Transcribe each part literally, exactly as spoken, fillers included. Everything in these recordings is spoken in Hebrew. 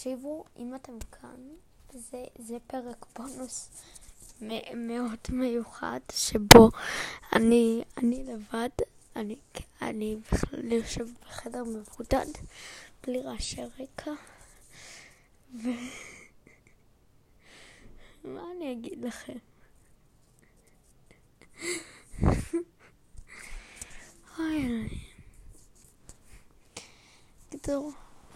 תקשיבו, אם אתם כאן, זה, זה פרק בונוס מאוד מיוחד, שבו אני, אני לבד, אני, אני בכלל יושב בחדר מבודד, בלי רעשי רקע, ו... מה אני אגיד לכם? אוי אוי. גדור.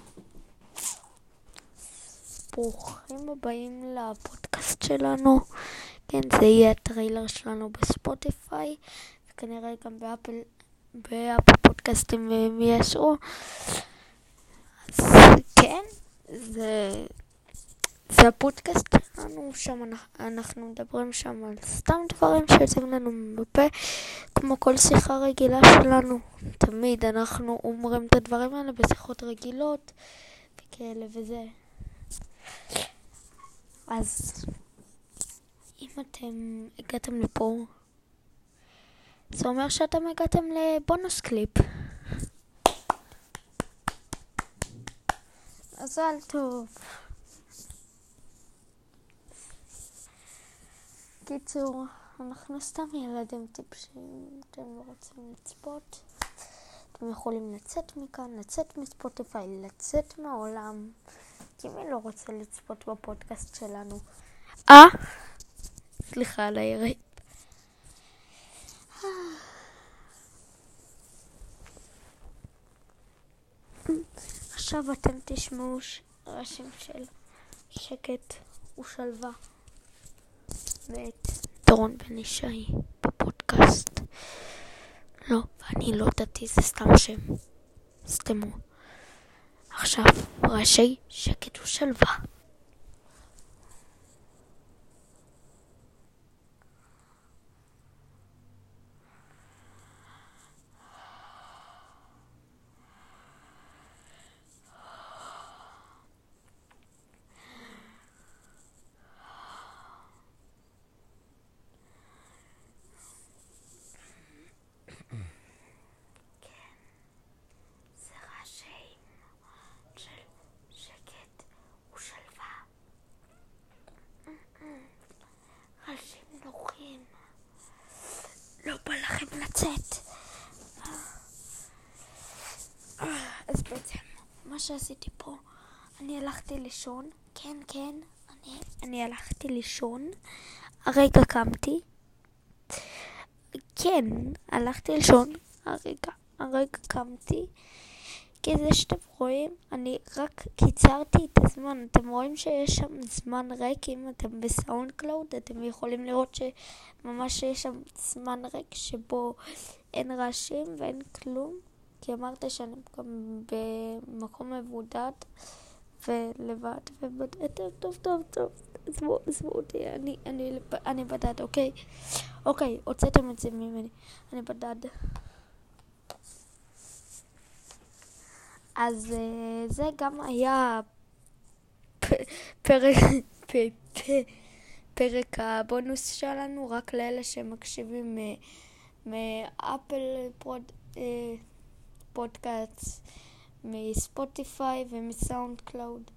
ברוכים הבאים לפודקאסט שלנו. כן, זה יהיה הטריילר שלנו בספוטיפיי, וכנראה גם באפל, באפל פודקאסטים אם ישרו. אז כן, זה... זה הפודקאסט שלנו, שם אנחנו מדברים שם על סתם דברים שיוצאים לנו בפה, כמו כל שיחה רגילה שלנו. תמיד אנחנו אומרים את הדברים האלה בשיחות רגילות וכאלה וזה. אז אם אתם הגעתם לפה, זה אומר שאתם הגעתם לבונוס קליפ. מזל טוב. קיצור, אנחנו סתם ילדים טיפשים. אתם לא רוצים לצפות, אתם יכולים לצאת מכאן, לצאת מספוטיפיי, לצאת מהעולם. כי מי לא רוצה לצפות בפודקאסט שלנו? אה? סליחה על היריב. עכשיו אתם תשמעו רעשים של שקט ושלווה ואת דורון בן ישי בפודקאסט. לא, ואני לא דתי, זה סתם שם. סתמו. עכשיו רעשי שקט ושלווה. רעשים נוחים. לא בא לכם לצאת. אז בעצם מה שעשיתי פה, אני הלכתי לישון. כן, כן, אני, אני הלכתי לישון. הרגע קמתי. כן, הלכתי לישון. הרגע, הרגע קמתי. כי זה שאתם רואים, אני רק קיצרתי את הזמן. אתם רואים שיש שם זמן ריק. אם אתם בסאונד קלאוד, אתם יכולים לראות שממש יש שם זמן ריק שבו אין רעשים ואין כלום. כי אמרתי שאני גם במקום מבודד ולבד ובדד. טוב, טוב, טוב. עזבו, עזבו אותי. אני, אני, אני בדד, אוקיי? אוקיי, הוצאתם את זה ממני. אני בדד. אז uh, זה גם היה פ- פרק, פ- פ- פרק הבונוס שלנו, רק לאלה שמקשיבים מאפל פוד, uh, פודקאסט, מספוטיפיי ומסאונד קלאוד.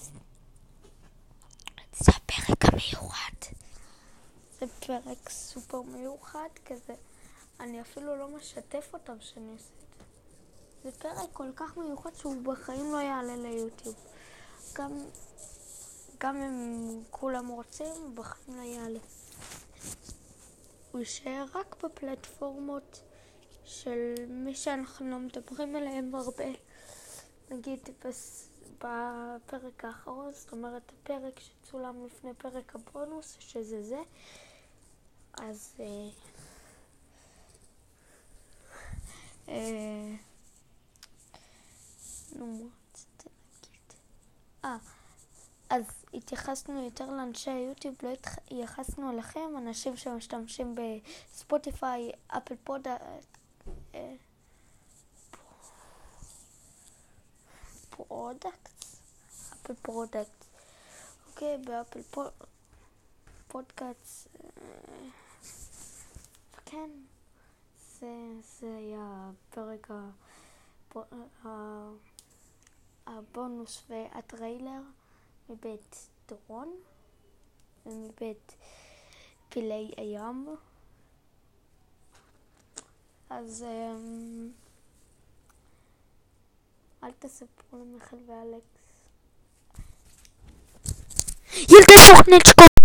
זה הפרק המיוחד. זה פרק סופר מיוחד כזה. אני אפילו לא משתף אותם שאני עושה. זה פרק כל כך מיוחד שהוא בחיים לא יעלה ליוטיוב. גם, גם אם כולם רוצים, הוא בחיים לא יעלה. הוא יישאר רק בפלטפורמות של מי שאנחנו לא מדברים עליהם הרבה. נגיד בס... בפרק האחרון, זאת אומרת הפרק שצולם לפני פרק הבונוס, שזה זה. אז... אה... אה... נו, מה רציתי להגיד? אה, אז התייחסנו יותר לאנשי היוטיוב, לא התייחסנו אליכם, אנשים שמשתמשים בספוטיפיי, אפל פוד... אה, פרודקט? אפל פרודקט. אוקיי, באפל פוד... פודקאסט... אה, כן, זה, זה היה פרק ה... הבונוס והטריילר מבית דורון ומבית פילי הים. אז אמ, אל תספרו למיכל ואלכס. ילדי תוכנית שקוף